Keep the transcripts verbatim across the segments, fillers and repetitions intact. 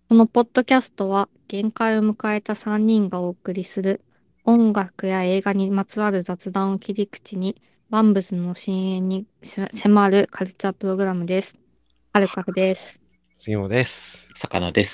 このポッドキャストは限界を迎えたさんにんがお送りする音楽や映画にまつわる雑談を切り口に万物の深淵にし迫るカルチャープログラムです。はるかです。 杉本です。 魚です。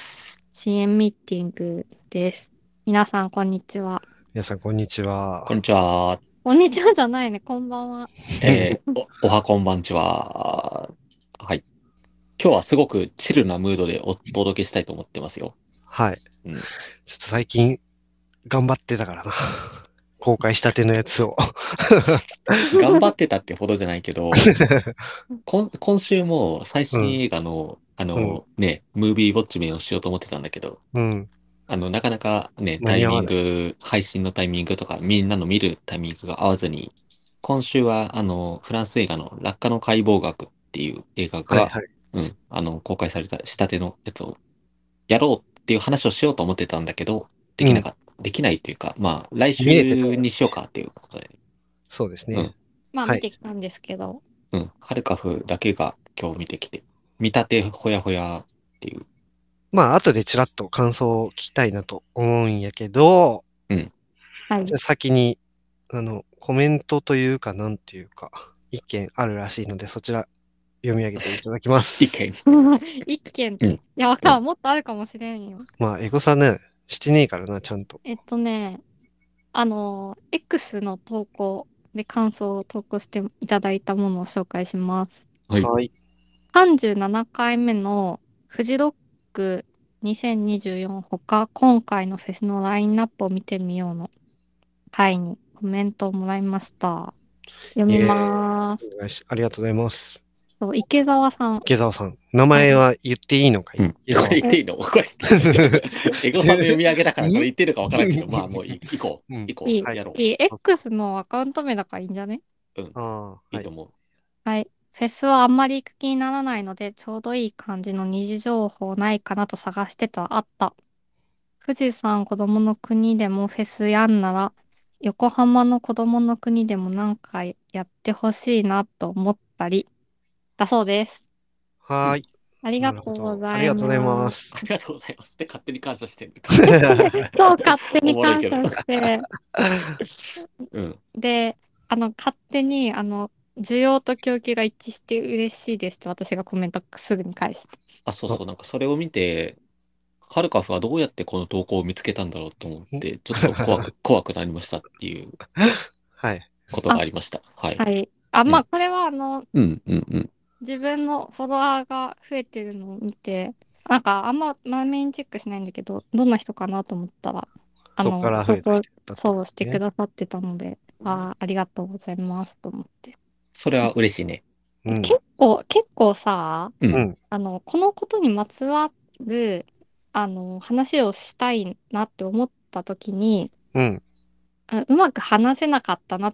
深淵ミーティングです。皆さんこんにちは。 皆さん、こんにちは。 こんにちは。 こんにちはじゃないね、こんばんは。 えー、お、おはこんばんちは。はい。今日はすごくチルなムードでお届けしたいと思ってますよ。 はい。 うん。 ちょっと最近、頑張ってたからな。公開したてのやつを。 頑張ってたってほどじゃないけど、今、今週も最うん、 新映画の、あうん、 のね、ムービーウォッチメンをしようと思ってたんだけど、 うん。 あの、なかなかね、 間タイミンに合わない。 グ、配信のタイミングとか、みんなの見るタイミングが合わずに、今週は、あの、フランス映画の落下の解剖学っていう映画はい、 が、 はい。 うん、あの、公開された、したてのやつをやろうっていう話をしようと思ってたんだけど、でうん。 きなかった。できないというか、まあ、来見れてた。 週にしようかっていうことで、 そうですね。 うん、 まあ見はい。 てきたんですけど、 うん、ハルカフだけが今日見てきて、見立てほやほやっていう、 まあ、後でちらっと感想を聞きたいなと思うんやけど、 うん、 はい。 じゃあ先に、あの、コメントというか、なんていうか、意見あるらしいので、そちら読み上げていただきます。 意見。 一件って。 うん、 いや、わからん。 うん。 もっとあるかもしれんよ。 まあ、エゴさね、してねえからな、ちゃんと。 えっとね、あの、X の投稿で感想を投稿していただいたものを紹介します。 はい。 はい。 さんじゅうななかいめのフジロックにせんにじゅうよんほか今回のフェスのラインナップを見てみようの回にコメントをもらいました。読みイェーイ。 ます。 お願いし、ありがとうございます。 そう池澤さん。 池澤さん。名はい。 前は言っていいのかいうん。 池こ澤さん。 え、 れ言っていいのこれ言っていいのエゴさんの読み上げだからこれん言ってるかわからんけど、まあもうい行こう。 うん。 行こう。 いい、 はい。 やろいい。 どうぞ。 X のアカウント名だからいいんじゃね？ う。うん。 ああ、はい。 いいと思う。 はい。フェスはあんまり行く気にならないので、ちょうどいい感じの二次情報ないかなと探してたらあった。富士山子供の国でもフェスやんなら、横浜の子供の国でもなんかやってほしいなと思ったり、だそうです。 うん。 はーい。 ありがなるとうごほど。あざいりがとうございまます。 す。 ありがとうございます。で、勝手に感謝してる。 そう、勝手おにもろいけど。 感謝して。 うん。 で、あの、勝手に、あの、需要と供給が一致して嬉しいですと私がコメントすぐに返して。 あ、そうあ、 そう。なんかそれを見て、ハルカフはどうやってこの投稿を見つけたんだろうと思って、ちょっと怖く、怖くなりましたっていうはい。 ことがあ、 ありました。はい。 はい。あ、まあ、 うん。 これは、あの、 うん、うん、うん。 自分のフォロワーが増えてるのを見て、なんかあんままめにチェックしないんだけど、どんな人かなと思ったら、あそっかの、 ら増えた投稿、 人だったってこそうしてくとね。 ださってたので、あー、ありがとうございますと思って。 それは嬉しいね。 うん。 結構、結構さ、 うん。 うん。 あの、このことにまつわる、あの、話をしたいなって思った時に、 うん。 あうまく話せなかったなって、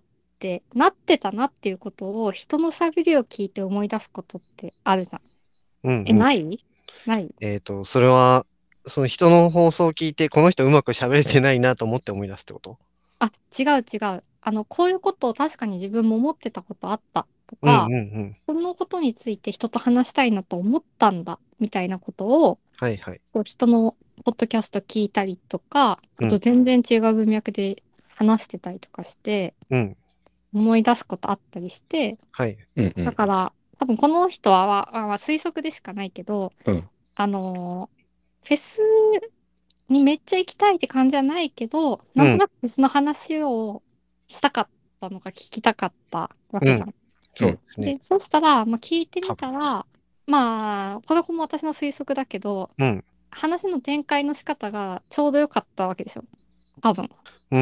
なってたなっていうことを人の喋りを聞いて思い出すことってあるじゃん。 うん。 え、 うん。 ないない。 えっと、それは、その人の放送を聞いて、この人うまく喋れてないなと思って思い出すってこと？ あ、違う違う。あの、こういうことを確かに自分も思ってたことあったとうんうんか、 うん。 このことについて人と話したいなと思ったんだ、みたいなことを、 はいはい。 こう人のポッドキャスト聞いたりとか、あとうん。 全然違う文脈で話してたりとかして、 うん。 思い出すことあったりして、 はい。 うん、うん。 だから、多分この人は、まあまあ推測でしかないけど、 うん。 あのーフェスにめっちゃ行きたいって感じじゃないけど、 うん。 なんとなくフェスの話をしたかったのか聞きたかったわうん。 けじゃん。 うん。 そうですね。 で、そしたら、まあ、聞いてみ多分。 たら、まあ、これも私の推測だけど、 うん。 話の展開の仕方がちょうど良かったわけでしょ。多分。 うん。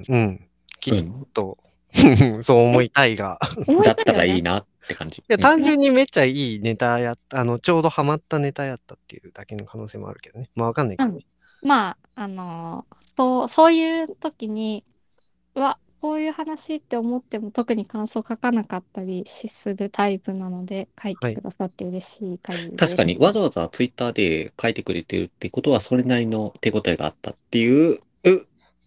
うん。きっうん。 と、そう思え、 いたいが。 思いだったいよね。 たらいいなって感じ。 いや、 うん。 単ね。 純にめっちゃいいネタやった、あの、ちょうどハマったネタやったっていうだけの可能性もあるけどね。まあ、わかんないうん。 けどね。 まあ、あのーそう、そういう時に、うわ、こういう話って思っても特に感想書かなかったりするタイプなので、書いてはい。 くださって嬉しい限りです。 確かに、わざわざツイッターで書いてくれてるってことは、それなりの手応えがあったっていう、う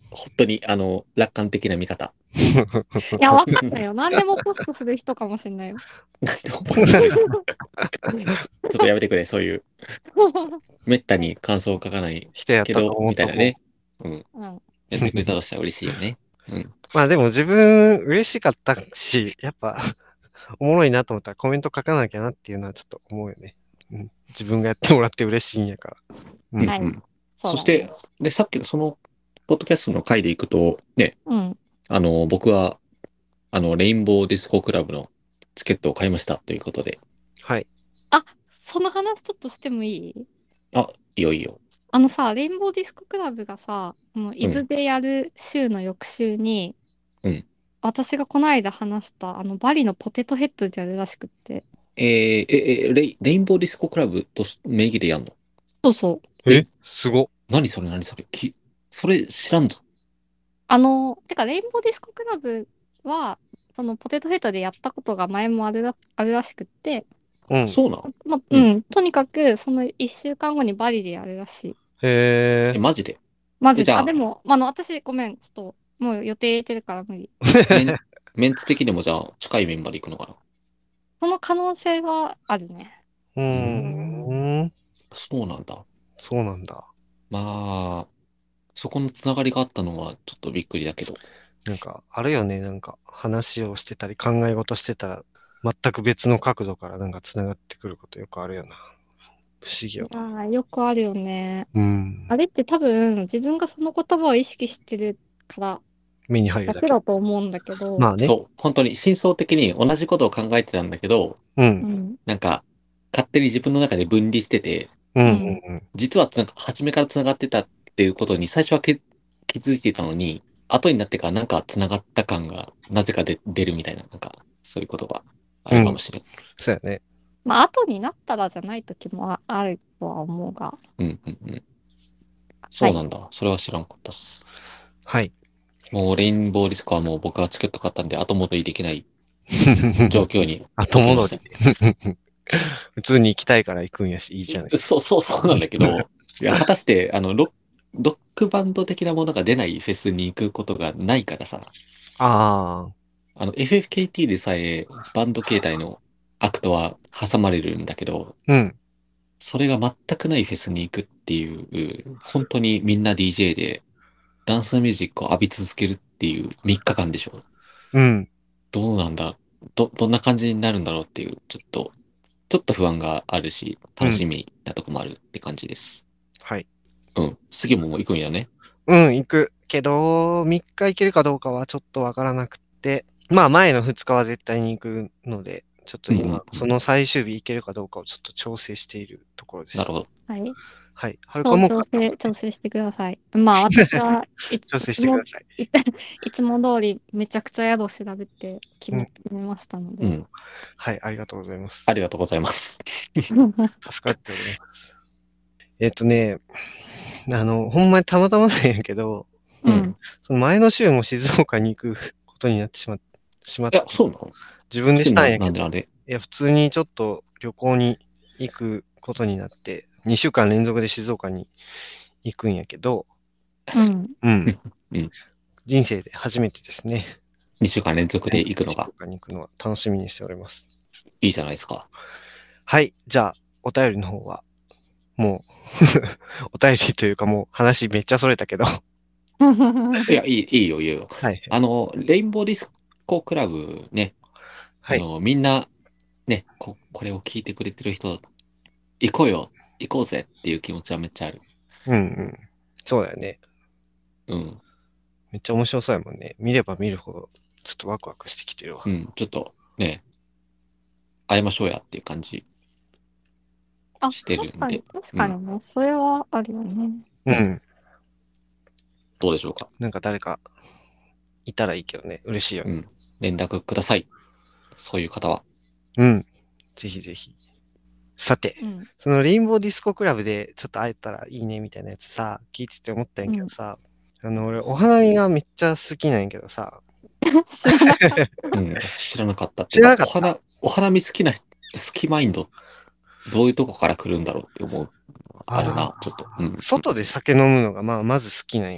本当に、あの、楽観的な見方。 いや、わかんないよ。何でもポストする人かもしんないよ。 なんでもポストする人ちょっとやめてくれ、そういう、めったに感想を書かない人やったとけど、 思うとこみたいなね。うん。 うん。 やってくれたとしたら嬉しいよね。うん。 まあでも自分嬉しかったし、やっぱおもろいなと思ったらコメント書かなきゃなっていうのはちょっと思うよね。うん、自分がやってもらって嬉しいんやから。うん。 はいうんそうだねそして、で、さっきのその、ポッドキャストの回でいくと、ね、 うん。 あの、僕は、あの、レインボーディスコクラブのチケットを買いましたということで。 はい。 あ、その話ちょっとしてもいい？ あ、いいよいいよ。 あのさ、レインボーディスコクラブがさ、もう伊豆でやる週の翌週に、 うん。 私がこの間話したあのバリのポテトヘッドでやるらしくって。 えー、え、え、レイ、レインボーディスコクラブとし名義でやんの？ そうそう。 ええ、すご。 何それ何それき、それ知らんぞ。 あの、てかレインボーディスコクラブは、そのポテトヘッドでやったことが前もあるら、あるらしくって、 うん。 そうなんま、 ううんん、とにかくそのいっしゅうかんごにバリでやるらしい。 へえ、マジでマジで。あ、 えじゃあでも、まあの、私ごめん、ちょっと、もう予定入れてるから無理。 メン、 ー。 メンツ的にもじゃあ近いメンバーで行くのかな？ その可能性はあるね。 うーん。 そうなんだ。 そうなんだ。 まあ、そこのつながりがあったのはちょっとびっくりだけど。 なんか、あるよね。なんか、話をしてたり考え事してたら、全く別の角度からなんか繋がってくることよくあるよな。不思議よな。 ああ、よくあるよね。 うん。 あれって多分、自分がその言葉を意識してるから目に入るだけ。 だけだと思うんだけど、 まあね。 そう、本当に真相的に同じことを考えてたんだけど、 う。 うんん。 なんか、勝手に自分の中で分離してて、 うん。ううんん。うん。 実はつなが初めから繋がってたっていうことに最初はけ気づいていたのに、後になってからなんか繋がった感がなぜかで出るみたいな、なんか、そういうことがあるかもしれん。 そうやね。 まあ、後になったらじゃない時もああるとは思うが。 うんうんうん。そうなんだ。それは知らんかったっす。 はい。 もうレインボーディスコはもう僕はチケット買ったんで後戻りできない状況に後戻起きりまし。 普通に行きたいから行くんやし、いいじゃない。 そうそうそうなんだけど、いや、果たして、あの、ロック、ロックバンド的なものが出ないフェスに行くことがないからさ、 ああの、エフエフケーティー でさえバンド形態のアクトは挟まれるんだけど、 あ。うん。 それが全くないフェスに行くっていう、本当にみんな ディージェー でダンスミュージックを浴び続けるっていうみっかかんでしょ。 うん。 どうなんだど、どんな感じになるんだろうっていう、ちょっと、ちょっと不安があるし、楽しみなとこもあるって感じです。 はい。 うん。次ももう行くんやね。 うん、行く。けど、みっか行けるかどうかはちょっとわからなくて、まあ前のふつかは絶対に行くので、ちょっと今うんうんうん、 その最終日行けるかどうかをちょっと調整しているところです。 なるほど。 はい。 はい。はるそう、 かも調整、調整してください。まあ、私はい調整してください。 いつもいつも通りめちゃくちゃ宿を調べて決め,、 うん決めましたので。 うん。 はい、ありがとうございます。 ありがとうございます。 助かっております。えっとね、あの、ほんまにたまたまなんやけど、 ううんん。 その前の週も静岡に行くことになってしまっしまっいやた。、 そうなの？ 自分でしたんやけど、 なんでなんでいや、普通にちょっと旅行に行くことになって、にしゅうかん連続で静岡に行くんやけど、 うん。 うん。 うん人生で初めてですね。 にしゅうかん連続で行くのが静岡に行くのは楽しみにしております。 いいじゃないですか。 はい。じゃあ、お便りの方は、もう、お便りというかもう話めっちゃそれたけど。 いや、いい、いいよ、いいよ。 はい。 あの、レインボーディスコクラブね、 はい。 あの、みんな、ね、こ、これを聞いてくれてる人、行こうよ、行こうぜっていう気持ちはめっちゃある。 うんうん。そうだよね。 うん。 めっちゃ面白そうやもんね。見れば見るほど、ちょっとワクワクしてきてるわ。 うん、ちょっとね、会いましょうやっていう感じあ、 してるんで確かに、確かにね、それはあるよね。 うん。 どうでしょうか。 なんか誰かいたらいいけどね。嬉しいよね。 うん。連絡ください。そういう方は。 うん。ぜひぜひ。さて、 うん。 そのレインボーディスコクラブでちょっと会えたらいいねみたいなやつさ、聞いてて思ったんやけどさ、あの、俺、お花見がめっちゃ好きなんやけどさ、 知らなかった。 うん、知らなかったって知らなかったお花、お花見好きな人、好きマインド、どういうとこから来るんだろうって思う。あるな、ちょっと。うん。 外で酒飲むのがまあまず好きなんやけど、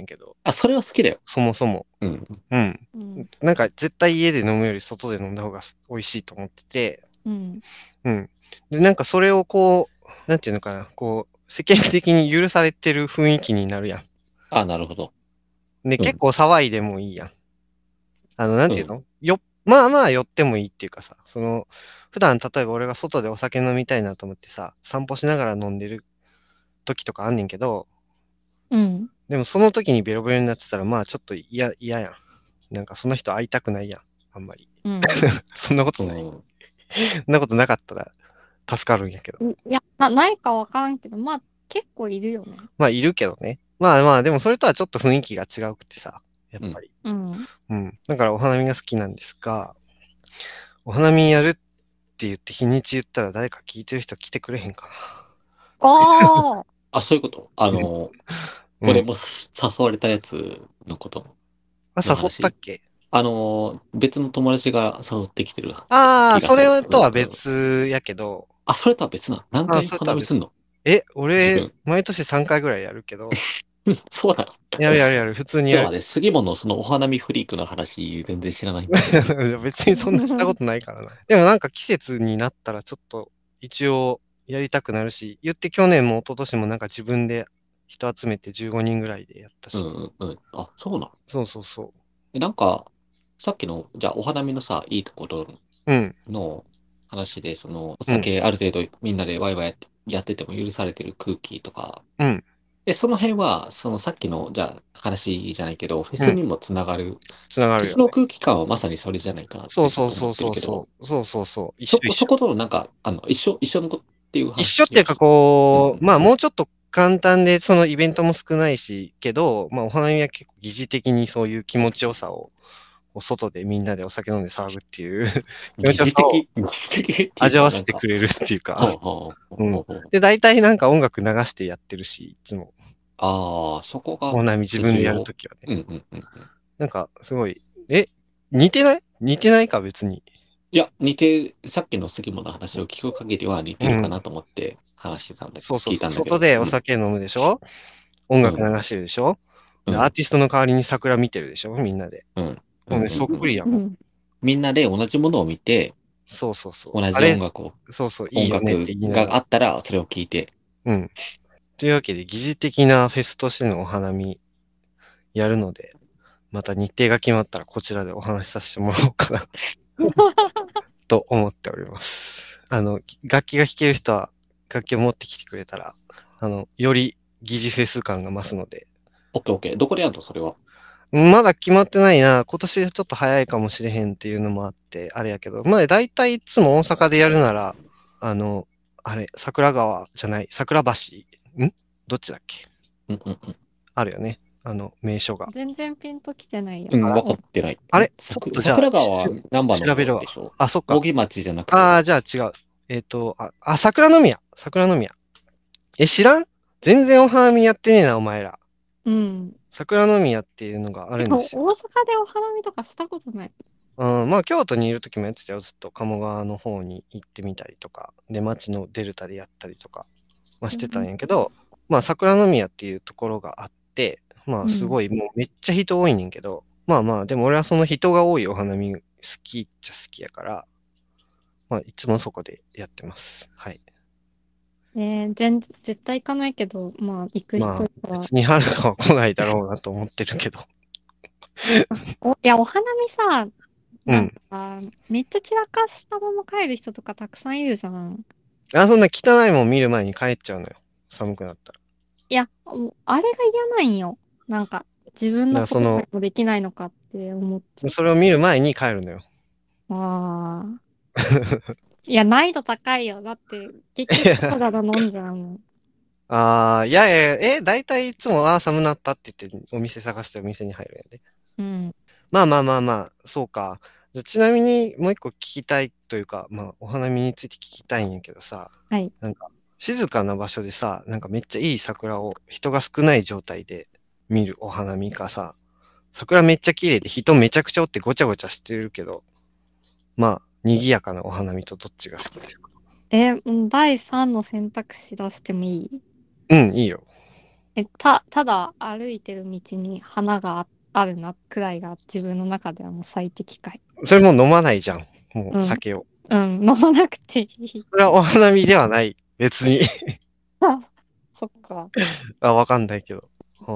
あ、それは好きだよ。 そもそも。 うん。 うん。 うん。 なんか絶対家で飲むより外で飲んだ方が美味しいと思ってて、 うん。 うん。で、なんかそれをこう、なんていうのかな、こう、世間的に許されてる雰囲気になるやあ、なるほど。 ん。で、 うん結構騒いでもいいやん。あの、なんていううの、よ、まあまあ寄ってもいいっていうかさ、その、普段例えば俺が外でお酒飲みたいなと思ってさ、散歩しながら飲んでる時とかあんねんけど、 うん。 でもその時にベロベロになってたら、まあちょっと嫌、嫌やん。なんかその人会いたくないやん。あんまり。 うん。 そんなことうない。 ん。 そんなことなかったら助かるんやけど。 いや、な、ないかわからんけど、まあ、結構いるよね。 まあいるけどね。まあまあ、でもそれとはちょっと雰囲気が違うくてさ、やっぱり。 うん。 うん。だからお花見が好きなんですが、お花見やるって言って日にち言ったら誰か聞いてる人来てくれへんかああ、 あ、そういうことあの、 な。うん。 俺も誘われたやつのことあ、誘ったっの話。 け？ あの、別の友達が誘ってきてるああ、そ気がする。 れとはうんうん。 別やけど、 あ、それとは別なの。何あ、 回それとは別。 花見すんのえ、俺、 自分。 毎年さんかいぐらいやるけど、 そうなの。 やるやるやる、普通にやる。 ちょっと待って、杉本のそのお花見フリークの話全然知らないんだけど。 別にそんなしたことないからな。でもなんか季節になったらちょっと一応やりたくなるし、言って去年も一昨年もなんか自分で人集めてじゅうごにんぐらいでやったし。 うんうんうん。あ、そうなの。 そうそうそえ、なんか、さっきの、じゃあお花見のさ、いいところう。うん。 の話で、その、おうん。 酒ある程度みんなでワイワイやって、やってても許されてる空気とか、 うん。 で、その辺は、そのさっきの、じゃあ話じゃないけど、フェうん。 スにもつながる。 つながフェスのるよね。 空気感はまさにそれじゃないかなっそうてちょっと思っそうそうそうてるけど、 そう。そうそうそう。一緒そこ、そ一緒。 ことのなんか、あの、一緒、一緒のことっていう一緒っていうか話をし、うんうこう、 ん。 まあもうちょっと簡単でそのイベントも少ないし、けど、まあお花見は結構疑似的にそういう気持ちよさを、こう外でみんなでお酒飲んで騒ぐっていう気持疑ちよさを似的、疑似的っていう味わわかなんか、 せてくれるっていうか、 はあ、はあ、 うん。 はあ、はで、大体なんか音楽流してやってるし、いつも。 あ、ああ、そこがお花見自分でやる重要。 ときはね。 うんうんうんうん。 なんか、すごい、え、似てない似てないか別に。 いや、似て、さっきの杉本の話を聞く限りは似てるかうん。 なと思って話してたんだ、聞いそうそうそう。 たんだけど。 外でおうん。 酒飲むでしょ？音楽うん。 流してるでしょ？で、アーうん。 ティストの代わりに桜見てるでしょ？みんなで。 うん。うん。 もうね、そっうん。 くりやもん。 うん。 みんなで同じものを見て、 そうそうそう。 同じ音あれ、 楽を、 そうそう、いい音よねって楽言いながら。 があったら、それを聞いて。 うん。というわけで、疑似的なフェスとしてのお花見やるので、また日程が決まったらこちらでお話しさせてもらおうかなと思っております。あの、楽器が弾ける人は楽器を持ってきてくれたら、あの、より疑似フェス感が増すので、 オッケーオッケー。どこでやるのそれは。 まだ決まってないな。今年ちょっと早いかもしれへんっていうのもあって、あれやけど、まあ大体いつも大阪でやるなら、あの、あれ、桜川じゃない、桜橋んどっちだっけ？ うんうんあるよね。あの、名所が。 全然ピンときてないや。 うん。うん、分かってない。 あれちょっ桜とじゃあ、 桜川はし難波の調べるわ。 方でしょ？ あ、そっか。 扇町じゃなくて。 ああ、じゃあ違う。えっ、と、あ、あ、桜の宮。桜の宮。え、知らん？全然お花見やってねえな、お前ら。 うん。 桜の宮っていうのがあでも、 るんですよ。 大阪でお花見とかしたことない。 うん、まあ、京都にいるときもやってたよ。ずっと鴨川の方に行ってみたりとか、で、町のデルタでやったりとか、まあ、してたんやけど、まあ、桜の宮っていうところがあって、まあ、すごい、もうめっちゃ人多いねんけど、まあまあ、でも俺はその人が多いお花見好きっちゃ好きやから、まあ、いつもそこでやってます。はい。 えー、全絶対行かないけど、まあ、行く人まあ、 は。 別にはるかは来ないだろうなと思ってるけど。 お、いや、お花見さ、 うなんん。 か、めっちゃ散らかしたまま帰る人とかたくさんいるじゃん。 あ、そんな汚いもん見る前に帰っちゃうのよ。寒くなったら。 いや、もうあれが嫌なんよ。なんか、自分だかのことらその、 もできないのかって思っちゃそれを見る前に帰るのよ。 う。ああ。いや、難易度高いよ。だって、結局、ただ飲んじゃうもん。 ああ、いやいや、え、だいたいいつも、ああ、寒なったって言って、お店探してお店に入るんやで。 うん。 まあまあまあまあ、そうか。じゃちなみにもう一個聞きたいというか、まあ、お花見について聞きたいんやけどさ、 はい。 なんか、静かな場所でさ、なんかめっちゃいい桜を人が少ない状態で見るお花見かさ、桜めっちゃ綺麗で人めちゃくちゃおってごちゃごちゃしてるけど、まあ、賑やかなお花見とどっちが好きですか？ え、うんだいさんの選択肢出してもいい？ うん、いいよ。 え、た、ただ歩いてる道に花があ、あるなくらいが自分の中ではもう最適解。 それもう飲まないじゃん。もうん。 う酒を。 うん、飲まなくていい。 それはお花見ではない。別に。 そっか。 あ、わかんないけど。うん、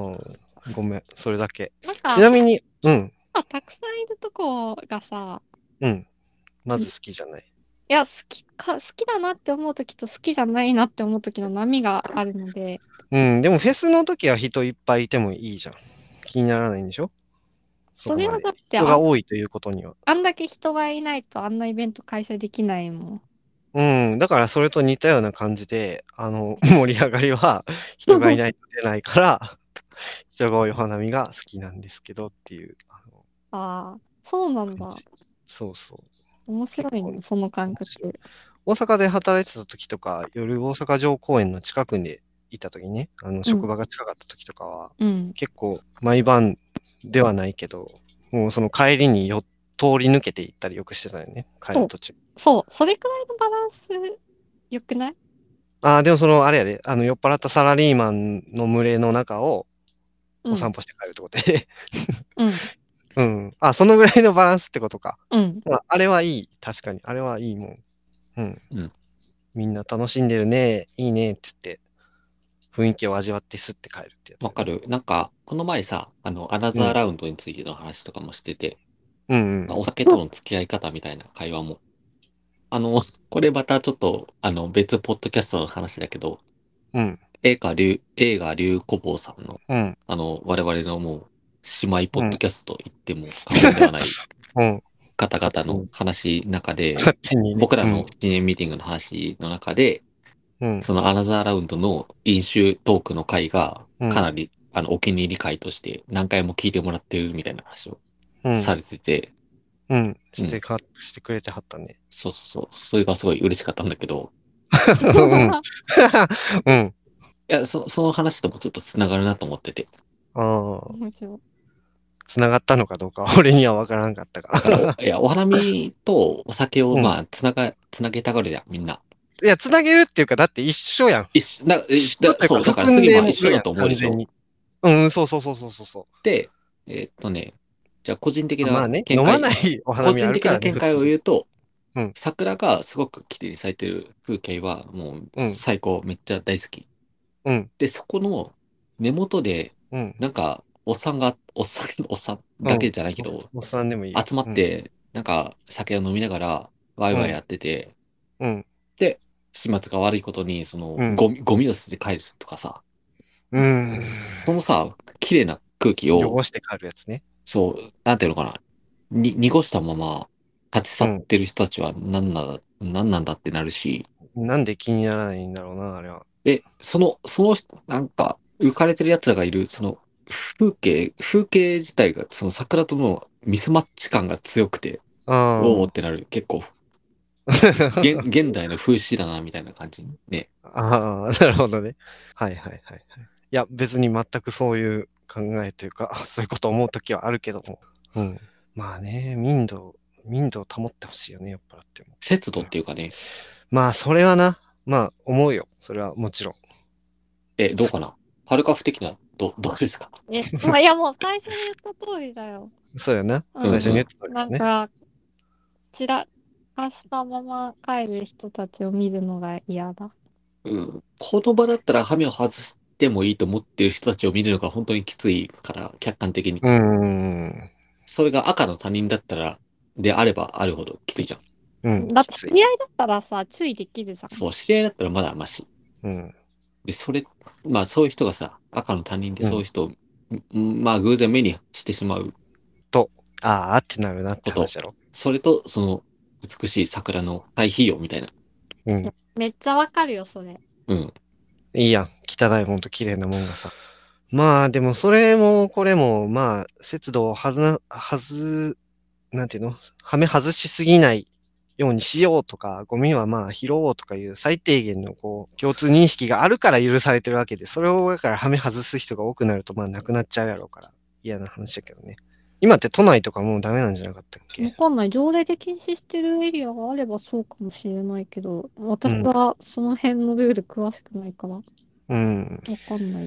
ごめん。それだけ。 なんか、 ちなみに、うん、 あたくさんいるとこがさ、 うん。まいず好きじゃない。 や、好きか、好きだなって思うときと好きじゃないなって思うときの波があるので、 うん、でもフェスの時は人いっぱいいてもいいじゃん。気にならないんでしょそこまで。 それはだって人があ、 多いということには。 あんだけ人がいないとあんなイベント開催できないもん。 うん、だからそれと似たような感じで、あの、盛り上がりは人がいないと出ないから、人が多いお花見が好きなんですけどっていう、あのああ、そうなんだ。 感じ。そうそう。 面白いね、その感覚。 大阪で働いてた時とか、夜大阪城公園の近くにいた時ね、あの、職場が近かった時とかは、 うん。 結構毎晩ではないけど、もうその帰りによ通り抜けて行ったりよくしてたよね、帰る途中。 そう、それくらいのバランス良くない？ ああ、でもその、あれやで、あの、酔っ払ったサラリーマンの群れの中をうん。 お散歩して帰るってことで。 うん。 うん。あ、そのぐらいのバランスってことか。 うん。 まあ、あれはいい。確かに。あれはいいもん。うん。 うんみんな楽しんでるね。いいね。っつって、雰囲気を味わってすって帰るってやつ。 わかる。なんか、この前さ、あの、アナザーラウンドについての話とかもしてて、 うんまあ、お酒との付き合い方みたいな会話も。あの、これまたちょっと、あの、別ポッドキャストの話だけど、 うん。うん。 映画竜、映画竜子坊さんの、 うん。 あの、我々のもう、姉妹ポうんッドキャストと言っても過言ではないうん。 方々の勝手に。 話の中で、 勝手にね。 僕らの記念ミーティングの話の中で、 うん。 そのアナザーラウンドの飲酒トークの回が、 うんかなり、あの、お気に入り回として何回も聞いてもらってるみたいな話をうん。 されてて、 うん。してか、してくれてはったね。 そうそうそう、それがすごい嬉しかったんだけど、 うん。うん。 いや、そその話ともちょっとつながるなと思ってて。 ああ。 面白い。 繋がったのかどうかは俺には分からんかっただから、 が。 いや、お花見とお酒を、 うんまあ、つなが、つなげたがるじゃん、みんな。 いや、繋げるっていうか、だって一緒やん。 一緒、だ、え一緒というか、 そう、だから含んで杉間一緒だるやん、 と思うでしょ。 完全に。うん、そうそうそうそうそうそで、えーっとね、じゃあ個人的う。まなあね、 見解、 飲まないお花個人見あるからね、 的な見解を普通に。 言うと、 うん桜がすごく綺麗に咲いてる風景はもううん最高、めっちゃ大好き。 うん、 で、そこの根元で、 うん、 なんか、おっさんが、おっさん、おっさんうん。 だけじゃないけど、 おっさんでもいいよ。 集まって、なんか、酒を飲みながら、ワイワイやってて、 うん、 で、始末が悪いことに、その、 うん、 ゴミ、ゴミを捨てて帰るとかさ、 うん。 そのさ、綺麗な空気を、 汚して帰るやつね。 そう、なんていうのかな、に、濁したまま立ち去っうん。 てる人たちは何なんだ、何なんだってなるし、 なんで気にならないんだろうな、あれは。 え、その、その、なんか、浮かれてる奴らがいる、その、風景、風景自体が、その桜とのミスマッチ感が強くて、おおあってなる。結構、現、 あ。 現代の風刺だな、みたいな感じ。ね。 ああ、なるほどね。はいはいはいはい。いや、別に全くそういう考えというか、そういうこと思うときはあるけども。うん。まあね、民度、民度を保ってほしいよね、酔っ払っても。 節度っていうかね。 まあ、それはな、まあ、思うよ。それはもちろん。 え、どうかなハルカフ的な、ど、どうですか？ え、まあ、いやもう最初に言った通りだよ。 そうよな。 うん最初に言ってたよね。 なんか、散らかしたまま帰る人たちを見るのが嫌だ。 うん。この場だったらハメを外してもいいと思ってる人たちを見るのが本当にきついから、客観的に。 うーん。 それが赤の他人だったら、であればあるほどきついじゃん。 うん。 だってきつい。 知り合いだったらさ、注意できるじゃん。 そう、知り合いだったらまだマシ。 うん。 で、それ、まあそういう人がさ、赤の他人でうんそういう人を、んまあ偶然目にしてしまうと、ああってなるなってこと話だろ。 それと、その美しい桜の対比よみたいな。 うん。 めっちゃわかるよ、それ。 うん。 いいやん。汚いもんと綺麗なもんがさ。まあ、でもそれもこれも、まあ、節度をはずな、はず、なんていうのはめ外しすぎないようにしようとか、ゴミはまあ拾おうとかいう最低限のこう、共通認識があるから許されてるわけで、それをだからはめ外す人が多くなるとまあなくなっちゃうやろうから、嫌な話だけどね。今って都内とかもうダメなんじゃなかったっわけ？ かんない。条例で禁止してるエリアがあればそうかもしれないけど、私はその辺のルール詳しくないから、わうん。 かんない。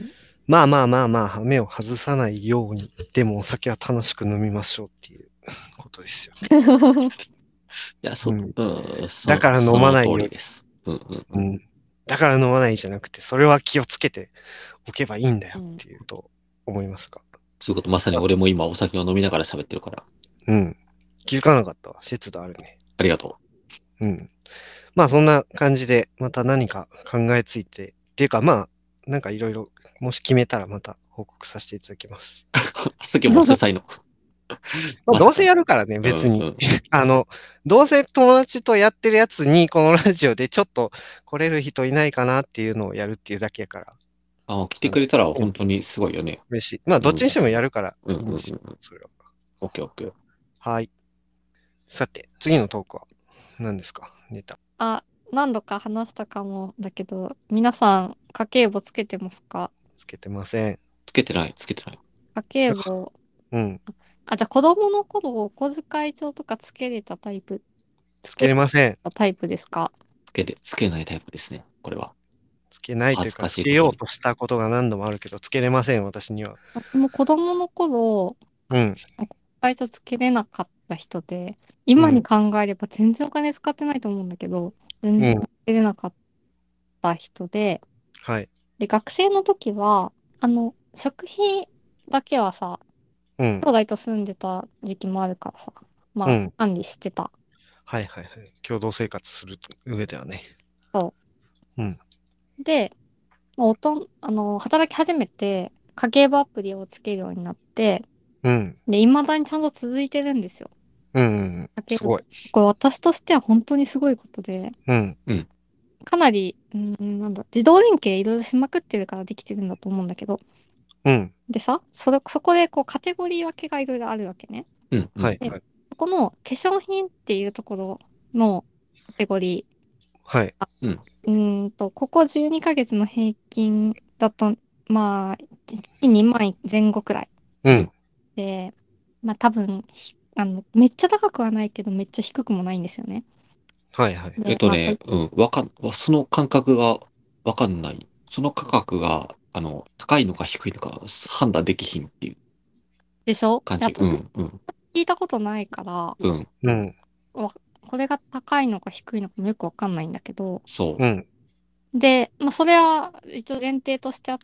まあまあまあまあ、目を外さないように、でもお酒は楽しく飲みましょうっていうことですよ。 いや、そ、 うんうん、そだから飲その通まないように。 りです。うんうんうん。 うん。だから飲まないじゃなくて、それは気をつけておけばいいんだよっていうと思いますが。 そういうこと、まさに俺も今お酒を飲みながら喋ってるから。 うん。気づかなかったわ。節度あるね。 ありがとうん。まあそんな感じで、また何か考えついて、っていうかまあ、なんかいろいろ、もし決めたらまた報告させていただきます。 う。さっきも主催の。 まあまさかどうせやるからね、別に。 うんうんあの、どうせ友達とやってるやつに、このラジオでちょっと来れる人いないかなっていうのをやるっていうだけやから。 あ、来てくれたら本当にすごいよね。 嬉しい。まあどっちにしてもやるからうんうんうんいいんですよ。 うん。 それは。 オッケーオッケー。 はい。さて、次のトークは何ですか？ネタ。 あ、何度か話したかもだけど、皆さん家計簿つけてますか？ つけてません。 つけてない、つけてない。 家計簿。 うん。 あ、じゃあ子供の頃お小遣い帳とかつけれたタイプ、 つけれません。 たタイプですか？ つけて、つけないタイプですね。これは。 つけないという恥ずか、 かしいことにつけようとしたことが何度もあるけど、つけれません、私には。 私も子供の頃、 うん。 お小遣い帳つけれなかった人で、今に考えれば全然お金使ってないと思うんだけど、全うん。 然つけれなかった人で、 はい。 で、学生の時は、あの、食費だけはさ、 うん。 兄弟と住んでた時期もあるからさ、まあ、 うん。 管理してた。 はいはいはい。共同生活する上ではね。 そうん。 う。で、まあおとん、あの、働き始めて、家計簿アプリをつけるようになって、 うん。 で、未だにちゃんと続いてるんですよ。 うんうんうん。 家計簿。 すごい。 これ私としては本当にすごいことで、 うん。 かなり、うん、なんだ、自動連携いろいろしまくってるからできてるんだと思うんだけど、 うん。 でさ、それ、そこでこうカテゴリー分けがいろいろあるわけね。 うん、うん。 ではいはい。 そこの化粧品っていうところのカテゴリはい。 ー、うーんと、ここじゅうにかげつの平均だと、まあ、月にまんぜん後くらいうん。 で、まあ多分、ひあの、めっちゃ高くはないけど、めっちゃ低くもないんですよね。 はいはい。 で、まあ、 えっとね、うん、わかん、わその感覚がわかんない。その価格が、あの、高いのか低いのか判断できひんっていうでしょ？ 感じ。 で私もうん、うん、 聞いたことないから、 うん、 うん。 わこれが高いのか低いのかもよくわかんないんだけど、 そうん。 で、まあ、それは一応前提としてあって、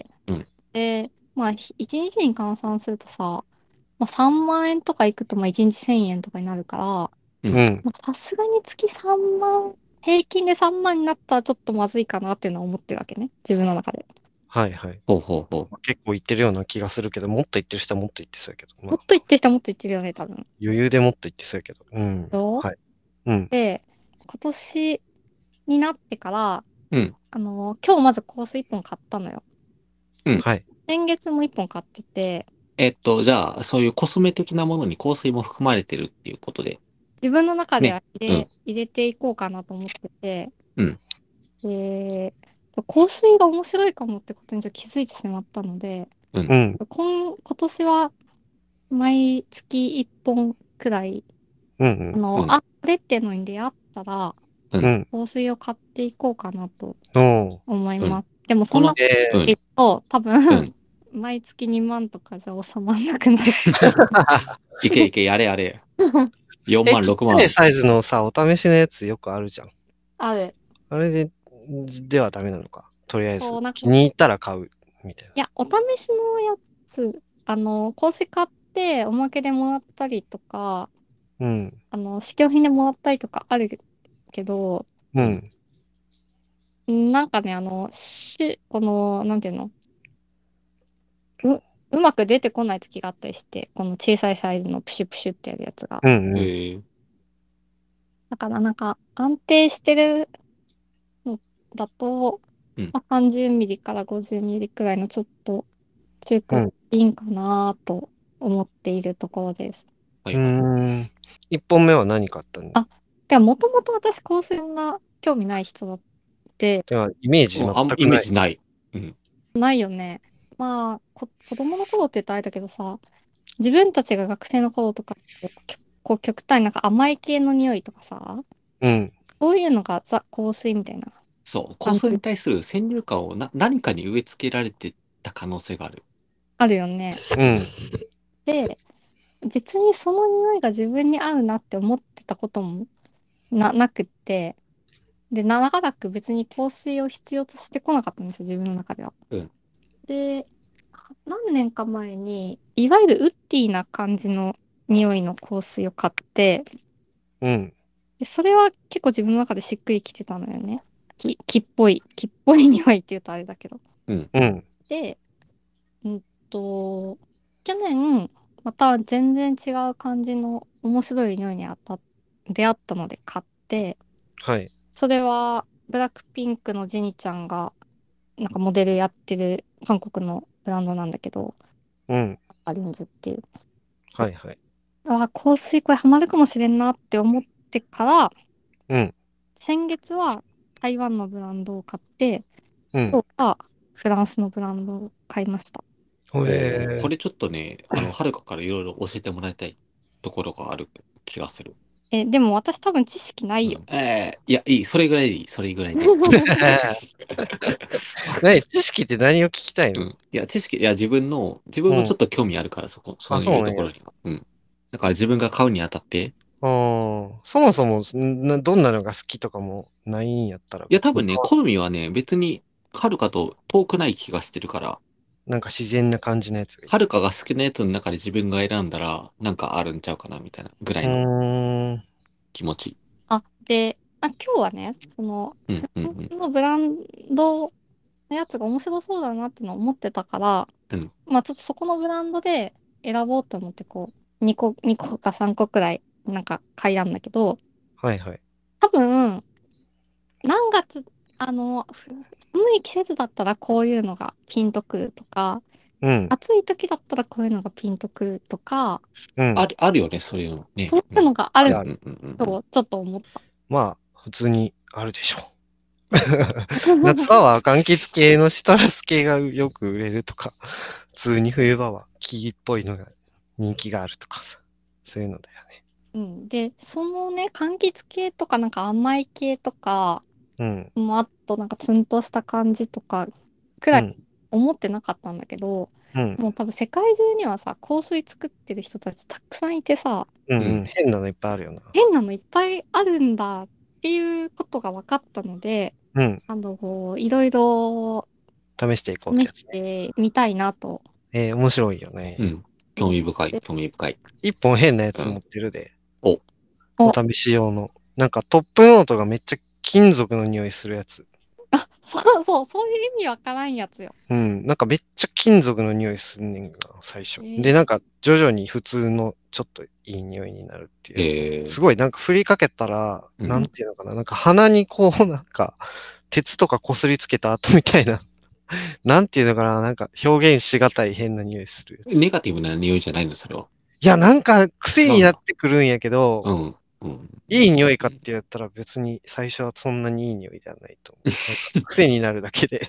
うんで、まあ、ひいちにちに換算するとさ、まあ、さんまん円とかいくと、まあ、いちにちせんえんとかになるから、 う。うん。 うん。 まあさすがに月さんまん、平均でさんまんになったらちょっとまずいかなっていうのは思ってるわけね。自分の中で。 はいはい。 ほうほうほう。 結構言ってるような気がするけど、もっと言ってる人はもっと言ってそうやけど。まあ、 もっと言ってる人はもっと言ってるよね、多分。 余裕でもっと言ってそうやけど。うん。 どうはい。うん。 で、今年になってから、 うん。 あの今日まず香水いっぽん買ったのよ。 はい。 先月もいっぽん買ってて、 えっと、じゃあ、そういうコスメ的なものに香水も含まれてるっていうことで。 自分の中では入れ、 うん入れていこうかなと思ってて、 うんで、香水が面白いかもってことにちょっと気づいてしまったので、 うん。 今、今年は毎月いっぽんくらい、 うんあの、 うんあ、これっていうのに出会ったら、 うん。うん。 香水を買っていこうかなとおー。 思います。でもそんなこの、 えーうんえっと、多分、 うん毎月にまんとかじゃ収まらなくなる。 いけいけ、やれやれ。4 え、 万、6万ちっちゃい。サイズのさ、お試しのやつよくあるじゃん。 ある。 あれで、ではダメなのか。とりあえずそうなんか、 気に入ったら買う、みたいいや、お試しのやつ、あの、香水買っておまけでもらったりとか、 な。うん。 あの、試供品でもらったりとかあるけど、 うん。 なんかね、あの、し、この、なんていうの、う、うまく出てこない時があったりして、この小さいサイズのプシュプシュってやるやつが。 うんうん。 えーだからなんか安定してるのだと、 うんまあ、さんじゅうミリからごじゅうミリくらいのちょっと中くらいうん。 いいんかなと思っているところです。 はいうはい。 ーん。一本目は何買ったんだ？ あ、でももともと私香水が興味ない人だってでは、イメージ全うんあんイくない。 メージない。うん。 ないよね。まあ、こ、子供の頃って言ったらあれだけどさ、自分たちが学生の頃とかって結構極端になんか甘い系の匂いとかさ、 うん。 そういうのがザ香水みたいなそう。香感じ。 水に対する先入観をな何かに植え付けられてた可能性がある。 あるよね。 うん。 で、別にその匂いが自分に合うなって思ってたこともな、なくって、で、長らく別に香水を必要としてこなかったんですよ、自分の中では。 うん。 で、何年か前に、いわゆるウッディな感じの匂いの香水を買って、 うん。 で、それは結構自分の中でしっくりきてたのよね。木、木っぽい、木っぽい匂いって言うとあれだけど。 うん。 うん。 で、うんと、去年、また全然違う感じの面白い匂いにあった、出会ったので買って、 はい。 それは、ブラックピンクのジェニちゃんが、なんかモデルやってる韓国のブランドなんだけど、 うん。 アリンズっていう。 はいはい。 あ、香水これハマるかもしれんなって思ってから、 うん。 先月は台湾のブランドを買って、 うん。 今日はフランスのブランドを買いました。 おへえ。 ーこれちょっとね、あの、はるかからいろいろ教えてもらいたいところがある気がする。 え、でも私多分知識ないよ。 うん、えーいや、いい。それぐらいでいい。それぐらいでいい。 何知識って何を聞きたいの？ うん。いや、知識、いや、自分の、自分うん。 もちょっと興味あるから、そこ、そあ、 うそうなんや。 いうところに。うん。だから自分が買うにあたって、 ああ、そもそもなどんなのが好きとかもないんやったらいや、多分ね、 別に買わ好みはね、別に、はるかと遠くない気がしてるから、 なんか自然な感じのやつがいい。 はるかが好きなやつの中で自分が選んだら、なんかあるんちゃうかな、みたいなぐらういのーん。 気持ち。 あ、で、あ、今日はね、その、 うん、うん、 フランうん。 スのブランドのやつが面白そうだなってのを思ってたから、 うん。 まあちょっとそこのブランドで選ぼうと思って、こう、にこ、にこかさんこくらい、なんか買いたんだけど、 はいはい。 多分、何月、あの、ふ寒い季節だったらこういうのがピンとくるとか、 うん。 暑い時だったらこういうのがピンとくるとか、 うん。 ある、あるよね、そういうのね。 そういううん。 のがあるあるある。 うん、うん、うん。うんとちょっと思った。 まあ、普通にあるでしょう。 ね。 夏場は柑橘系のシトラス系がよく売れるとか、普通に冬場は木っぽいのが人気があるとかさ。そういうのだよね。 うん、で、そのね、柑橘系とかなんか甘い系とか、 うん。 もうあとなんかツンとした感じとかくらいうん。 思ってなかったんだけど、 うん。 もう多分世界中にはさ、香水作ってる人たちたくさんいてさ、 うん。 ううんん。変なのいっぱいあるよな。 変なのいっぱいあるんだっていうことが分かったので、 うん。 あの、こういろいろ試していこうって試しやつね。 てみたいなと。 えー、面白いよね。 うん。興味深い、興味深い。 一本変なやつ持うん。 ってるで。 お、 お試し用の。なんかトップノートがめっちゃ金属の匂いするやつ。 あ、そうそう、そういう意味わからんやつよ。 うん。なんかめっちゃ金属の匂いすんねんが、最初。 えーで、なんか徐々に普通のちょっといい匂いになるっていうやつ。 えー、 すごいなんか振りかけたら、 うんなんていうのかな。なんか鼻にこうなんか、鉄とか擦りつけた後みたいな。なんていうのかな。なんか表現しがたい変な匂いするやつ。 ネガティブな匂いじゃないの、それは。 いや、なんか癖になってくるんやけど、 うん。うん。 いい匂いかってやったら別に最初はそんなにいい匂いではないと思う。なんか癖になるだけで。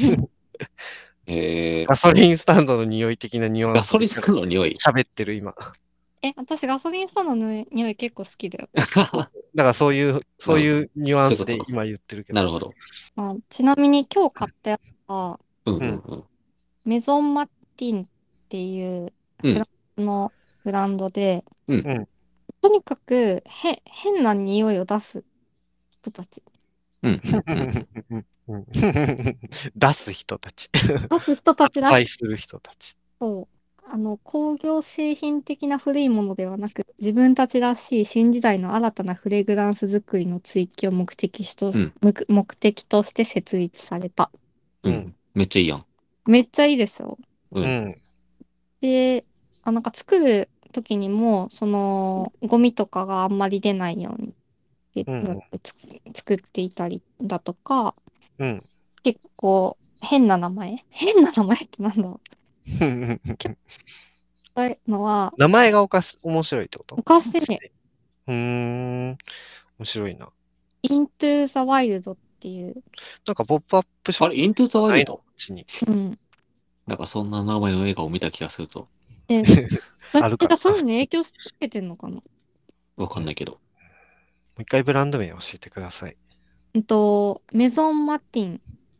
えー、 ガソリンスタンドの匂い的なニュアンスでガソリンスタンドの匂い。 喋ってる今。 え、私ガソリンスタンドの匂い結構好きだよ。 だからそういう、そういうニュアンスそういうことかで今言ってるけど。 なるほど。 あ、ちなみに今日買ったやつは、 うんううんんうん。 メゾンマッティンっていううんフランスのブランドで、 うんうん。 とにかくへ変な匂いを出す人たち。 うんうんうん出す人たち。 出す人たち発らしい。 売する人たち。 そう。あの、工業製品的な古いものではなく、自分たちらしい新時代の新たなフレグランス作りの追求を目的とし、 うん目目的として設立された。 う。 うんん。 めっちゃいいやん。 めっちゃいいですよ。 う。 うんん。 で、あ、なんか作る時にも、その、ゴミとかがあんまり出ないようにってうん。 つ作っていたりだとか、 うん。 結構変な名前変な名前ってなんだろう。そういうのは、 名前がおかし、面白いってことおかしい。 うーん。面白いな。 Into the Wild っていう、 なんかポップアップショッあれ、イントゥ・ザ・ワイルドプこっちに。 うん。 なんかそんな名前の映画を見た気がするぞ。 で、それあるから。 そういうのに影響し続けてんのかな。 わかんないけど。 もう一回ブランド名教えてください。 うんと、メゾンマティン。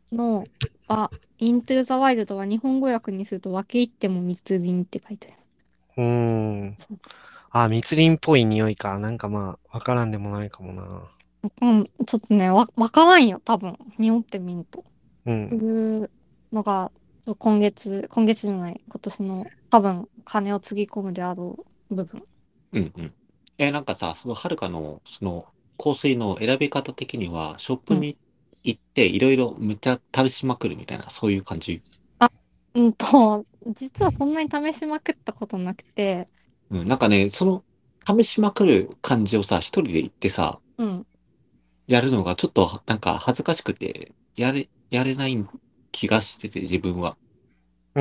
の、あ、イントゥザワイルドは日本語訳にすると分け入っても密林って書いてある。 うーん。 そう。 あ、密林っぽい匂いか。なんかまあ、わからんでもないかもな。 うん、ちょっとね、わ、わからんよ、多分。匂ってみんと。そううん。 いうのが、そう今月、今月じゃない、今年の多分金をつぎ込むであろう部分。 うんうん。え、なんかさ、そのはるかの、その香水の選び方的には、ショッうん。 プに行っていろいろめっちゃ試しまくるみたいな、そういう感じ。 あ、うんと、実はそんなに試しまくったことなくて、 うん、なんかね、その試しまくる感じをさ、一人で行ってさ、 うん。 やるのがちょっとなんか恥ずかしくて、やれ、やれない気がしてて、自分は。 うん。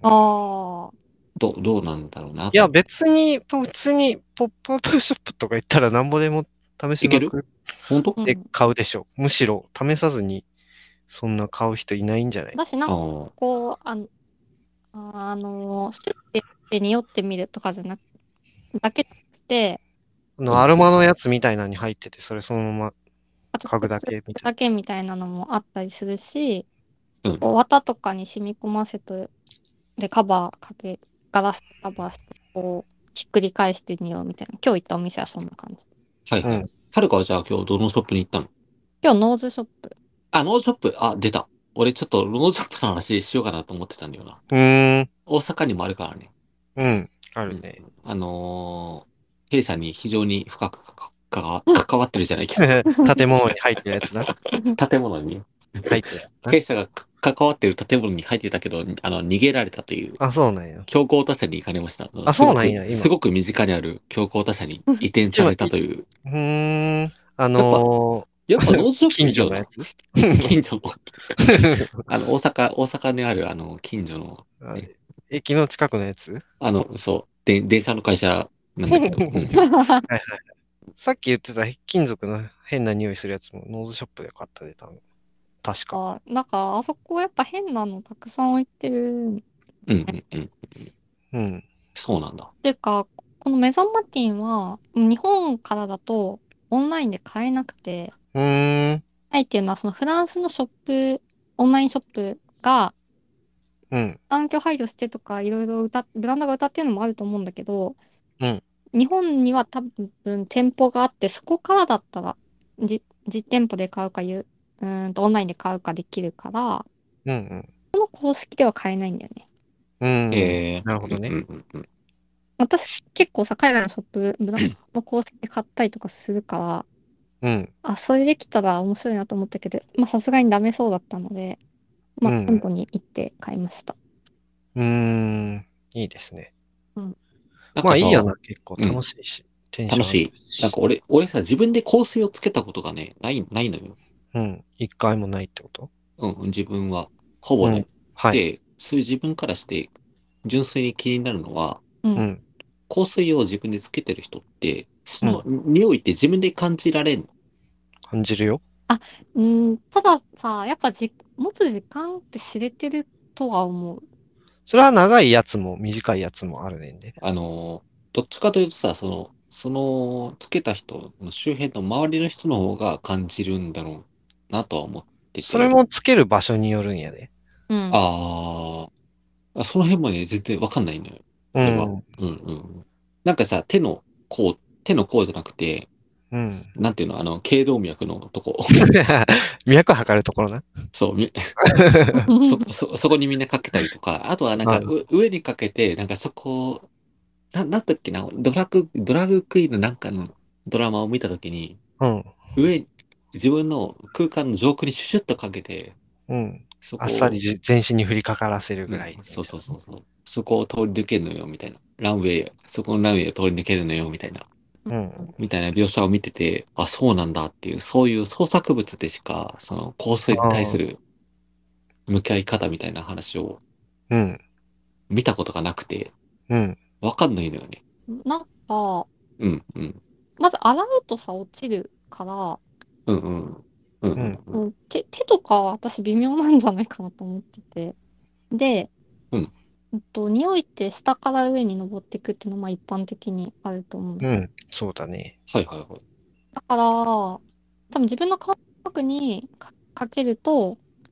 ああ、 どう、どうなんだろうないや、 と思って。 別に、普通にポップアップショップとか行ったらなんぼでも試しいけるまく本当ってうん。 買うでしょ。むしろ試さずにそんな買う人いないんじゃない？ だし、なんか、 ああ。 こう、あの、あの、シュッてって匂ってみるとかじゃなく、だけじゃなくて、 あの、アロうんうん。 マのやつみたいなのに入ってて、それそのままあと、 嗅ぐだつつけみたいだけみたいなのもあったりするし、 うん。 こう綿とかに染み込ませて、で、カバーかけ、ガラスカバーして、こう、ひっくり返してみようみたいな。今日行ったお店はそんな感じ。 はいはい。 な。うん。 はるかはじゃあ今日どのショップに行ったの？ 今日ノーズショップ。 あ、ノーショップ。あ、出た。俺ちょっとノーショップの話しようかなと思ってたんだよな。 うーん。 大阪にもあるからね。 うん。あうん。 るね。 あのー弊社に非常に深くかかか関わってるじゃないけど、 建物に入ってるやつな。 建物に、 入ってるやつな。 弊社がか関わってる建物に入ってたけど、あの、逃げられたという、 あ、そうなんや。 強行他社に行かれました。 あ、 すごく、 そうなんや、今。 すごく身近にある強行他社に移転された一番い、 という。 うーん。あやっぱ、 のやっぱノーー、 ズショップいいよな。 近所のやつ。 近所の、あの、大阪、大阪にある、あの、近所の、 あ、 ね、 駅の近くのやつ。 あの、そう、で、電車の会社なんだけど、うん。 はいはい。さっき言ってた金属の変な匂いするやつもノーズショップで買ったで、多分。確か。 あ、なんか、あそこやっぱ変なのたくさん置いてる。 うん、うん、うん。 うん。 そうなんだ。 ていうか、このメゾンマティンは、日本からだとオンラインで買えなくて、 うーん。 ないっていうのは、そのフランスのショップ、オンラインショップがうん。 環境配慮してとか、いろいろ歌っ、ブランドが歌ってるのもあると思うんだけど、 うん。 日本には多分店舗があって、そこからだったら、じ、実店舗で買うかいう、うーんとオンラインで買うかできるから、 うん。 この公式では買えないんだよね。 うん。うん。 えー、うん、うなるほどね。 ん、うん、うん。 私結構さ、海外のショップ、ブランドの公式で買ったりとかするから、 うん。 あ、それできたら面白いなと思ったけど、まあさすがにダメそうだったので、まあ店うん。 舗に行って買いました。 うーん。いいですね。 うん。 なんかさ、 まあいいやな。結構うん、 楽しいし、テンション上がる楽しい。なんかし。 俺、俺さ、自分で香水をつけたことがね、ない、ないのよ。 うん。一回もないってこと？ うん、自分は。ほぼない。 うん。はい。 で、そういう自分からして、純粋に気になるのは、 うん。 うん。 香水を自分でつけてる人って、そのうん。 匂いって自分で感じられんの？ 感じるよ。 あ、うん、たださ、やっぱじ、持つ時間って知れてるとは思う。 それは長いやつも短いやつもあるねんで。 あの、どっちかというとさ、その、その、つけた人の周辺の周りの人の方が感じるんだろうなとは思ってそれて、 もつける場所によるんやで。 うん。 あーあ、その辺もね、全然わかんないのよ。俺は。 うん。 うんうん。なんかさ、手の甲、手の甲じゃなくて、 うん。 なんていうの、あの、頸動脈のとこ。 脈測るところな。 そう、みそ、そ、そこにみんなかけたりとか、あとはなんか、 うん。 う上にかけて、なんかそこ、な、なんだっけな、ドラッグ、ドラッグクイーンのなんかのドラマを見たときに、 うん。 上、自分の空間の上空にシュシュッとかけて、 うん。あっさりそこを、 じ全身に降りかからせるうん、 ぐらい。 そうそうそうそう、そこを通り抜けるのよ、みたいな。ランウェイ、そこのランウェイを通り抜けるのよ、みたいな。 うん。 みたいな描写を見てて、あ、そうなんだっていう、そういう創作物でしか、その香水に対ああ。 する向き合い方みたいな話をうん。 見たことがなくて、 うん。 わかんないのよね。 なんか、 うん、うん、 まず洗うとさ、落ちるから、 うん、うん、うん、 うん。 うん、 うん、手、手とかは私微妙なんじゃないかなと思ってて。で、 うん、 うんと、匂いって下から上に登っていくっていうのはまあ一般的にあると思うんだけど。 うん。そうだね。 はいはいはい。 だから、多分自分の顔の近くにか、かけると、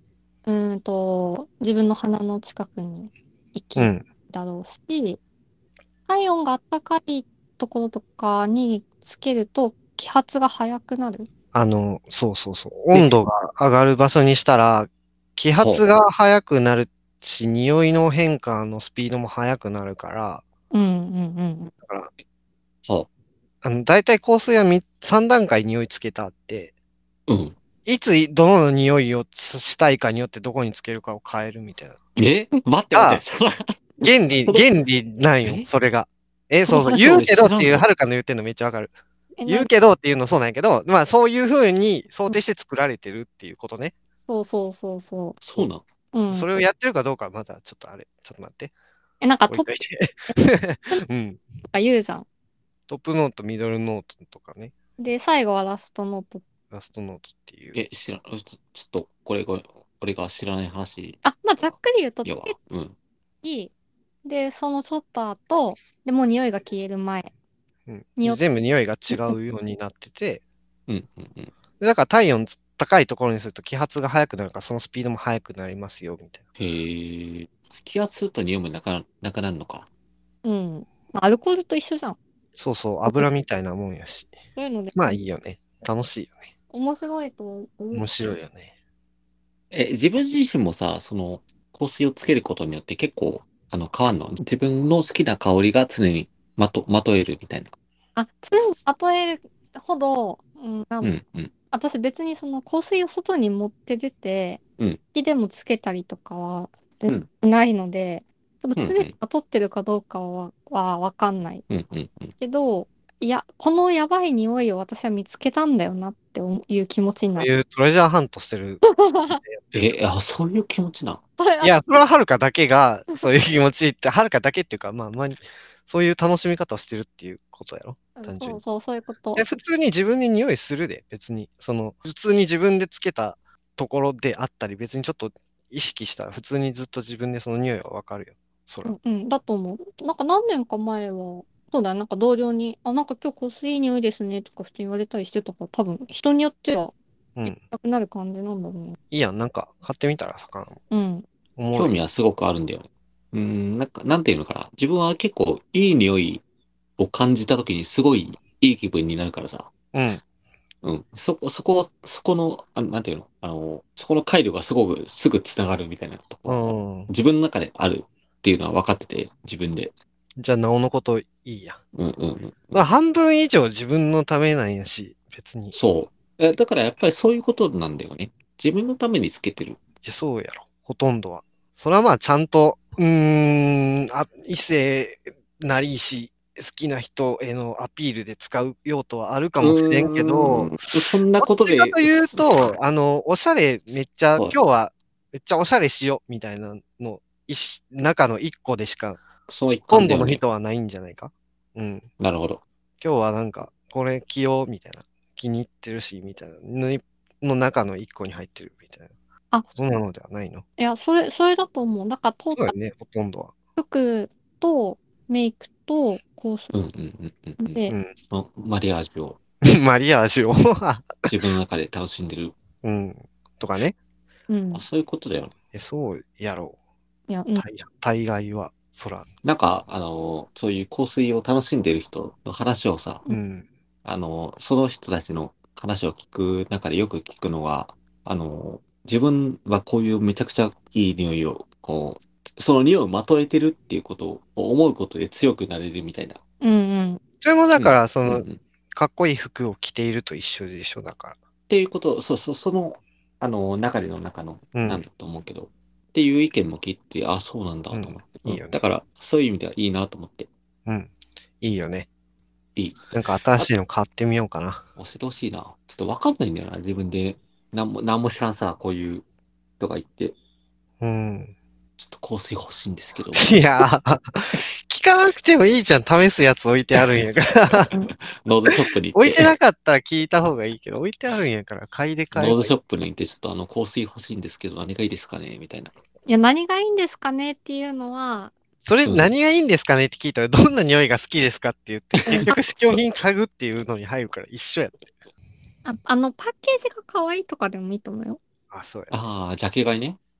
うーんと、自分の鼻の近くに行きうん。 だろうし、体温が暖かいところとかにつけると揮発が早くなる。 あの、そうそうそう。 え、 温度が上がる場所にしたら、揮発はが速くなるし、匂いの変化のスピードも速くなるから、 うんうんうんだから、 あ、はあの、大体香水はみさん段階匂いつけたあって、 あ、うん。 いつどの匂いをつしたいかによってどこにつけるかを変えるみたいな。 え待って待って、 あ、 その、 原理、 その、 原理なんよ、 えそれが。え、 そのそうそう。 話俺言うけどっていう、 知らんぞ。 はるかの言ってんのめっちゃわかる。 え、なん、 言うけどっていうのそうなんやけど、まあそういう風に想定して作られてるっていうことね。 そうそうそうそそそうなん。 う。うう。そん。 れをやってるかどうかはまだちょっとあれ、ちょっと待って。 え、なんかトップ置いといて。うん。 とか言うじゃん。 トップノート、ミドルノートとかね。 で、最後はラストノート。 ラストノートっていう。 え、知らん、ちょちょっと、これ、これ、俺が知らない話。 あ、まあ、ざっくり言うと、 いやわ。 つけうん。 次、で、そのちょっと後、で、もう匂いが消える前うん。 によって、 全部匂いが違うようになってて、 うん、うん、うん。 でだから体温高いところにすると揮発が速くなるから、そのスピードも速くなりますよ、みたいな。 へえ。気圧すると匂いもなくな、なくなるのか。 うん。まあ、アルコールと一緒じゃん。 そうそう、油みたいなもんやし。 そういうので、 まあいいよね。楽しいよね。 面白いと思う。 面白いよね。 え、自分自身もさ、その、香水をつけることによって結構、あの、変わんの自分の好きな香りが常にまと、まとえるみたいな。 あ、常に例えるほど、うん、なんうん、うん、 私別にその香水を外に持って出て、 うん、 木でもつけたりとかは全うん、 然ないので、多分うん、う常にん、 まとってるかどうかは、はわかんないうん、うん。うん。 けど、いや、このやばい匂いを私は見つけたんだよなっていう気持ちになる。 そういうトレジャーハントしてるつもりでやってるよ。 え、あ、そういう気持ちな。 それあいや、それははるかだけが、そういう気持ちって、はるかだけっていうか、まあまあ、そういう楽しみ方をしてるっていうことやろ。単純に。 そうそう、そういうこと。 え、普通に自分に匂いするで、別に。その、普通に自分でつけたところであったり、別にちょっと意識したら、普通にずっと自分でその匂いはわかるよ。そら。 うん、うん、だと思う。なんか何年か前は、そうだよ、なんか同僚に、あ、なんか今日香水いい匂いですねとか普通に言われたりしてたから、多分人によっては、 うん。 なくなる感じなんだろうね。 いいやん、なんか買ってみたら、魚も。 うん。 おもろい。 興味はすごくあるんだよね。うーん、なんか、なんていうのかな。自分は結構いい匂いを感じた時にすごいいい気分になるからさ。 うん。 うん。そこ、そこ、そこの、あなんていうのあの、そこの回路がすごくすぐ繋がるみたいなとこうろがん。 自分の中であるっていうのは分かってて、自分で。 じゃあ、なおのこといいや。 うんうんうん。 まあ、半分以上自分のためなんやし、別に。いそう。えだからやっぱりそういうことなんだよね。自分のためにつけてる。 やそうやろ。ほとんどは。それはまあ、ちゃんと、うーん、あ、異性なりし、好きな人へのアピールで使う用途はあるかもしれんけど、 うーん。そんなどっことで、 ちかというすと、あの、おしゃれめっちゃ、 はい。 今日はめっちゃおしゃれしようみたいなの、一中の一個でしか、 その一環今度のだよね。 人はないんじゃないか。うん。 なるほど。 今日はなんか、これ着ようみたいな。気に入ってるし、みたいな。のいの中の一個に入ってるみたいなあ、 ことなのではないの。 いや、それ、それだと思う。だからトータルそうだよね、ほとんどは。 服とメイクと香水うんうんうんうんうん。 で、 うん。 そのマリアージュをマリアージュを自分の中で楽しんでる。 うん。とかね。 うん。 あ、そういうことだよね。 え、そうやろいや、うう。 ん。 大大概は、そら。 なんか、あの、そういう香水を楽しんでる人の話をさ、 うん。 あの、その人たちの話を聞く中でよく聞くのは、あの、自分はこういうめちゃくちゃいい匂いを、こう、その匂いをまとえてるっていうことを思うことで強くなれるみたいな。 うんうん。 それもだうん。 から、その、 うんうん。 かっこいい服を着ていると一緒でしょ、だかっていうこと、そうそう、その、あの、流れの中の、 ら。うん。 なんだと思うけど、っていう意見も聞いて、あ、そうなんだうん。 と思って。うん。 いいよね。 だから、そういう意味ではいいなと思って、 うん。いいよね。 いい。 なんか新あ、 しいの買ってみようかな。 教えてほしいな。ちょっとわかんないんだよな、自分で。なんも、なんも知らんさ、こういう、とか言って、 うん。 ちょっと香水欲しいんですけど、みたいいな。 やー、聞かなくてもいいじゃん。試すやつ置いてあるんやから。 ノーズショップに行っ置いてなて、 かったら聞いた方がいいけど、置いてあるんやから買いで買えばいい。 ノーズショップに行って、ちょっとあの、香水欲しいんですけど、何がいいですかねみたいな。 いや、何がいいんですかねっていうのは、 それうん。 何がいいんですかねって聞いたら、どんな匂いが好きですかって言って、結局試供品嗅ぐっていうのに入るから一緒やって。 あ、あの、パッケージが可愛いとかでもいいと思うよ。 あ、そうやね。 ああ、ジャケ買いね。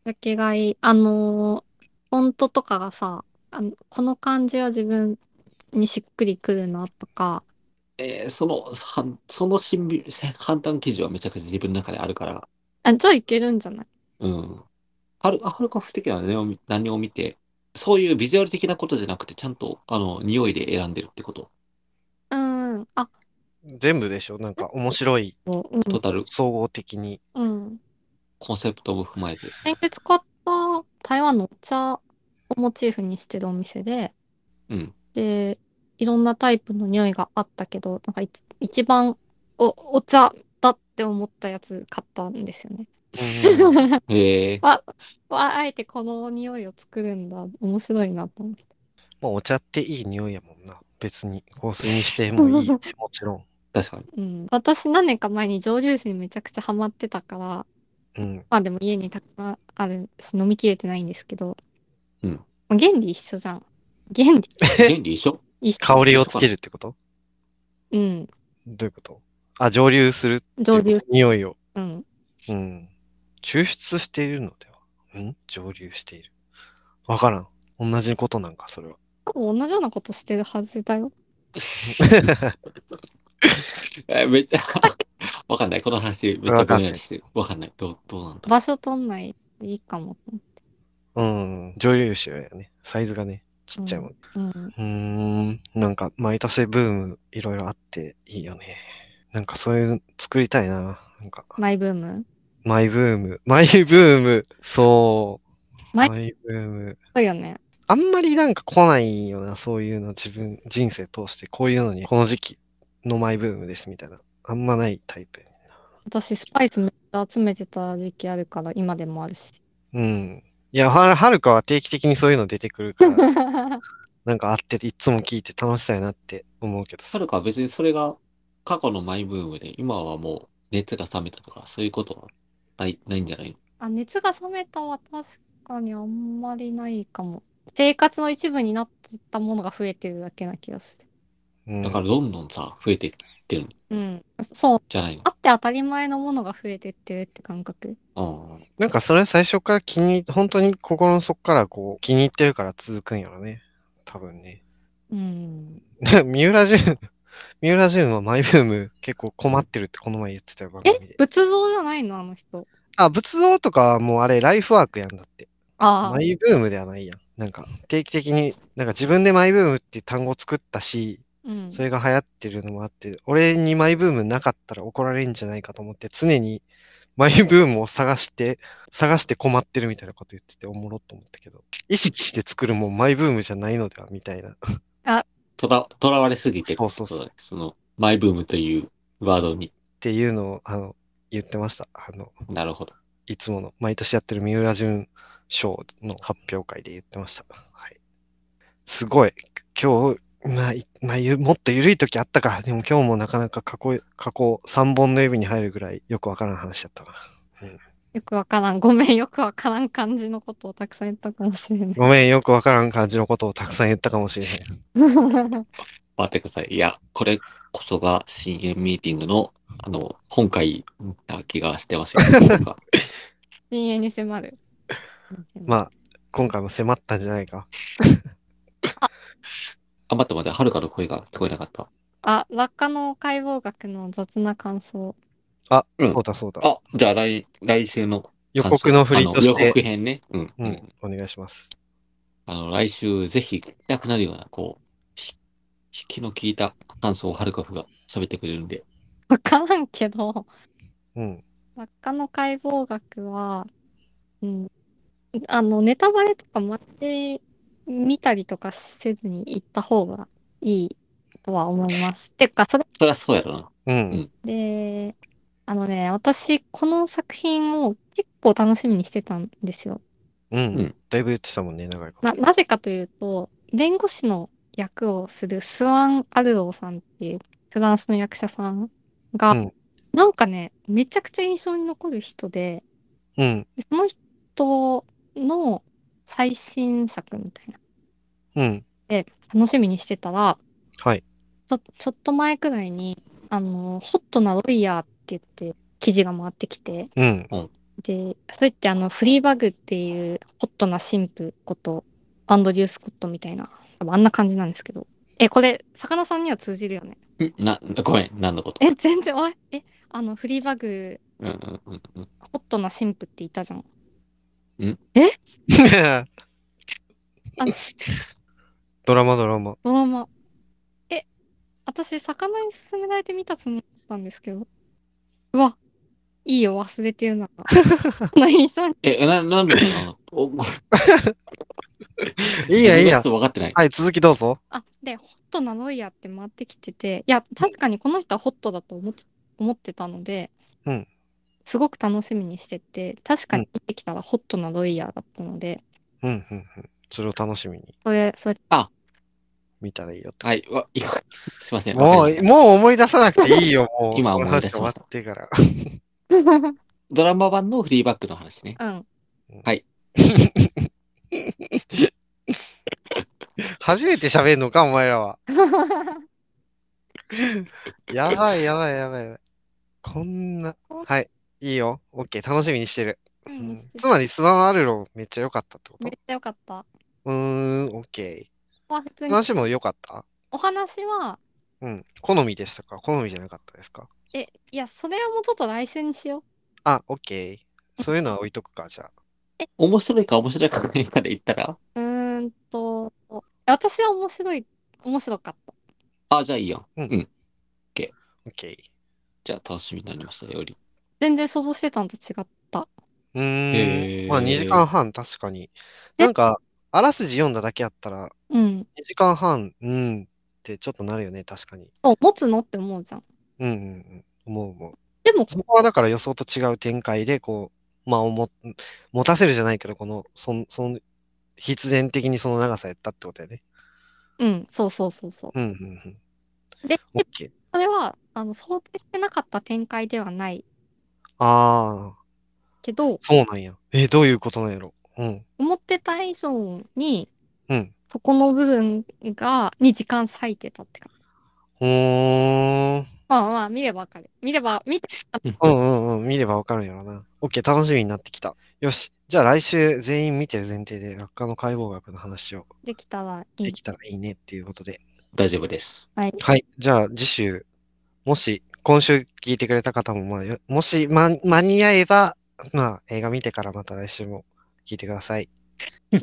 ジャケ買い、あのー、フォントとかがさ、あのこの感じは自分にしっくりくるなとか、 えーその、はんその審美、判断基準はめちゃくちゃ自分の中であるから、 あ、じゃあいけるんじゃない？ うん。はる、あはるか不的な何を見、何を見て、そういうビジュアル的なことじゃなくて、ちゃんと、あの、匂いで選んでるってこと。 うーん、あ、 全部でしょなんか面白い、 うん、 トータル、 総合的に。 うん。 コンセプトも踏まえて。 先月使った台湾のお茶をモチーフにしてるお店で、 うん。 で、いろんなタイプの匂いがあったけど、なんかい一番お、お茶だって思ったやつ買ったんですよね。 うんへえ。 あ、ああえてこの匂いを作るんだ。面白いなと思って。 まあ、お茶っていい匂いやもんな。別に香水にしてもいい。もちろん。 確かに。 うん、私何年か前に蒸留酒にめちゃくちゃハマってたから、 うん。 まあでも家にたくさんあるし飲みきれてないんですけど、 うん。 まあ原理一緒じゃん。原理原理一緒一緒。 香りをつけるってことうん。 どういうことあ、蒸留するっていう蒸留、 匂いを。 うん。 うん。抽出しているのではん蒸留している。わからん。同じことなんか、それは。 多分同じようなことしてるはずだよ。 えめっちゃわかんない。この話めっちゃぼんやりしてる。わかんない。どう、どうなんだ。 場所取んないでいいかも。 うん。蒸留酒やね。サイズがね、ちっちゃいもん。 うん。 うーん。なんか、毎年ブームいろいろあっていいよね。なんかそういうの作りたいな。なんか、 マイブーム。 マイブーム。マイブーム。そう。 マイマイブーム。 そうよね。 あんまりなんか来ないよな、そういうの自分、人生通してこういうのに、この時期のマイブームですみたいな。あんまないタイプ。 私、スパイスめっちゃ集めてた時期あるから、今でもあるし。 うん。いや、は、はるかは定期的にそういうの出てくるから、なんかあっていつも聞いて楽しそうやなって思うけどさ。 はるかは別にそれが過去のマイブームで、今はもう熱が冷めたとか、そういうことはない、ないんじゃないの？ あ、熱が冷めたは確かにあんまりないかも。生活の一部になってたものが増えてるだけな気がする。 うん。 だからどんどんさ、増えていってるんうん。そう。 じゃないの？ あって当たり前のものが増えてってるって感覚。 うん。 なんかそれ最初から気に、本当に心の底からこう気に入ってるから続くんやろね。多分ね。 うん。 三浦淳、三浦淳はマイブーム結構困ってるってこの前言ってたよ、番え、 組で。 仏像じゃないのあの人。 あ、仏像とかはもうあれライフワークやんだって。 ああ。 マイブームではないやん。なんか定期的に、なんか自分でマイブームっていう単語を作ったし、 うん。 それが流行ってるのもあって、俺にマイブームなかったら怒られるんじゃないかと思って、常にマイブームを探して、探して困ってるみたいなこと言ってておもろっと思ったけど、意識して作るもんマイブームじゃないのではみたいな。 あ、 とら、とらわれすぎてるそうそうそう。 ってことだね。その、マイブームというワードに。 っていうのを、あの、言ってました。あの、 なるほど。 いつもの、毎年やってる三浦淳賞の発表会で言ってました。はい。すごい。今日、まあ、いまあ、ゆもっと緩い時あったか。でも今日もなかなか過去、過去さんぼんの指に入るぐらいよくわからん話だったな。うんよくわからん。ごめん、よくわからん感じのことをたくさん言ったかもしれない。 ごめん、よくわからん感じのことをたくさん言ったかもしれへん。 待ってください。いや、これこそが深淵ミーティングの、あの、本会な気がしてますよ。僕は深淵に迫る。 まあ、今回も迫ったんじゃないか。 あ、待って待って、はるかの声が聞こえなかった。 あ、落下の解剖学の雑な感想。 あ、 うんそうだそうだ。 あ、じゃあ来、来週の予感想告の振りあの、予として、 告編ね。うん、 う、 うんん。 お願いします。 あの、来週ぜひ聞きたくなるような、こう、ひ引きの利いた感想をはるかふが喋ってくれるんで。 わからんけど、 うん。 落下の解剖学は、うん、あの、ネタバレとか待ってみたりとかせずに行った方がいいとは思います。てか、それそりゃそうやろな。 うん。 で、あのね、私、この作品を結構楽しみにしてたんですよ。 うん。 うんだいぶ言ってたもんね、長いこと。 な、なぜかというと、弁護士の役をするスワン・アルローさんっていうフランスの役者さんが、 うん。 なんかね、めちゃくちゃ印象に残る人で、 うん。 でその人の最新作みたいな。 うん。 で、楽しみにしてたら、 はい。 ちょ、ちょっと前くらいに、あの、ホットなロイヤーって言って記事が回ってきて、 うん。 うんで、それってあの、フリーバグっていうホットな神父ことアンドリュー・スコットみたいな、多分あんな感じなんですけど。え、これ、魚さんには通じるよね。 んな、ごめん、何のことえ、全然、おい、え、あの、フリーバグ、 うんうんうんうん。 ホットな神父っていたじゃん。 んえあ、 ドラマドラマ。 ドラマ。え、私、魚に勧められてみたつもりだったんですけど。うわ、いいよ、忘れてるな。この印象に。 え、な、なんですかお、ごいいや、いいや。 自分がちょっと分かってない。 はい、続きどうぞ。 あ、で、ホットなロイヤーって回ってきてて、いや、確かにこの人はホットだと思って、思ってたので、 うん、 すごく楽しみにしてて、確かうん、 に出てきたらホットなロイヤーだったので、 うん、うん、うん。それを楽しみにそれ、それ、 あ、 見たらいいよってこはい、わ、いやすいません、 と。もう、 わかりました。 もう思い出さなくていいよ、もう。 今この思い出しました話終わってから。 ドラマ版のフリーバックの話ね。 うん。 はい。 初めて喋んのか、お前らは。やばい、やばい、やばい、やばい。こんな。はい、いいよ。オッケー、楽しみにしてる。 ううんん、 つまり、スワンアルロめっちゃ良かったってことめっちゃ良かった。 うーん、オッケー。 まあ普通に、 話も良かったお話は、 うん。好みでしたか好みじゃなかったですかえ、いや、それはもうちょっと来週にしよう。 あ、オッケー。そういうのは置いとくか、じゃあ。 え、 面白いか面白いかないかで言ったらうーんと、私は面白い、面白かった。 あ、じゃあいいやん。 うんうん。OK。 オッケー。 じゃあ楽しみになりましたより。 全然想像してたのと違った。 うーん。まあ、2時へー。 間半、確かに。なで、 んか、あらすじ読んだだけやったら、 うん。 にじかんはん、うんってちょっとなるよね、確かに。 そう、持つのって思うじゃん。 うんうんうん。思う思う。 でも、 そこはだから予想と違う展開で、こう、まあ、おも、持たせるじゃないけど、この、そん、そん、必然的にその長さやったってことやね。 うん、そうそうそうそうんうんうん。 う。で、 オッケー。 それは、あの、想定してなかった展開ではないああ、 けど、 そうなんや。え、どういうことなんやろ。うん。 思ってた以上に、 うん。 そこの部分が、に時間割いてたって感じ。 うーん。 まあまあ、見ればわかる。見れば、見て、 うんうんうん。見ればわかるんやろな。オッケー、楽しみになってきた。よし。じゃあ来週全員見てる前提で落下の解剖学の話をできたらいい。 できたらいいねっていうことで。 大丈夫です。 はい。 はい。じゃあ次週、もし今週聞いてくれた方も、まあよ、もし、ま、間に合えば、まあ映画見てからまた来週も聞いてください。 ち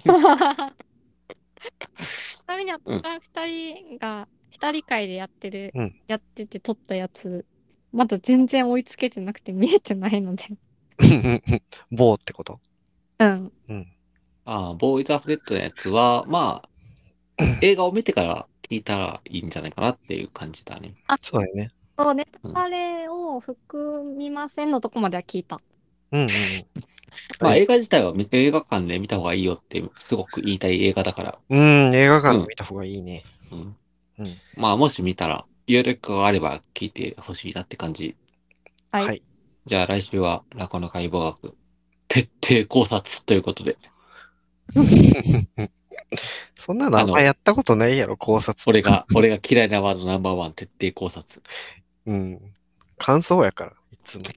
なみに、 うん。 私二人が、二人会でやってる、 うん。 やってて撮ったやつ、まだ全然追いつけてなくて見えてないので。 棒ってことうん。 うん。 ああ、ボーイズ・アフレットのやつは、まあ、映画を見てから聞いたらいいんじゃないかなっていう感じだね。 あ、 そうだよね。 そう、ネタうん。 バレを含みませんのとこまでは聞いた。 うんうんうん。 まあはい。 映画自体はみ映画館で見た方がいいよってすごく言いたい映画だから。 うん、映画うん。 館で見た方がいいね。 うん。 うん。 まあもし見たら、余力があれば聞いてほしいなって感じ。 はい。 はい。 じゃあ来週はラコの解剖学、徹底考察ということで、 そんなのああの、 んまやったことないやろ、考察。 俺が、俺が嫌いなワードナンバーワン、徹底考察。 うん。感想やから、いつも。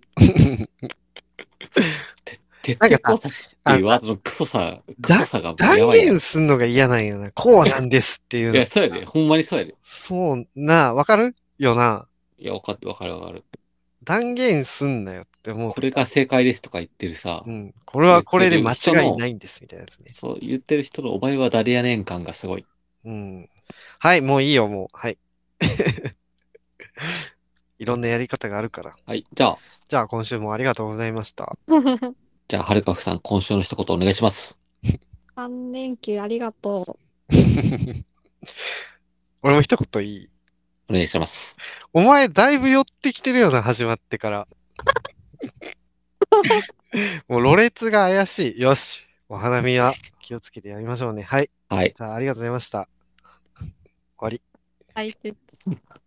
徹なんかさ、 底考察っていうワードのクソさ、クソだ、 さがもう断やばいな。 言すんのが嫌なんやな。こうなんですっていうの。 いや、そうやで。ほんまにそうやで。 そうな、わかるよな。 いや、わかって、わかるわかる。 断言すんなよって思うとこ。 これが正解ですとか言ってるさ、 うん。これはこれで間違いないんですみたいなやつね。 そう言ってる人のお前は誰やねん感がすごい。 うん。はい、もういいよ、もう。はい。いろんなやり方があるから。 はい。じゃあ、 じゃあ今週もありがとうございました。 じゃあ、はるかふさん、今週の一言お願いします。 さん連休ありがと俺も一言いいお願いします。 お前だいぶ寄ってきてるよな、始まってから。もう、ろれつが怪しい。よし。お花見は気をつけてやりましょうね。はい。 はい。 じゃあ、ありがとうございました。終わり。 う。大切。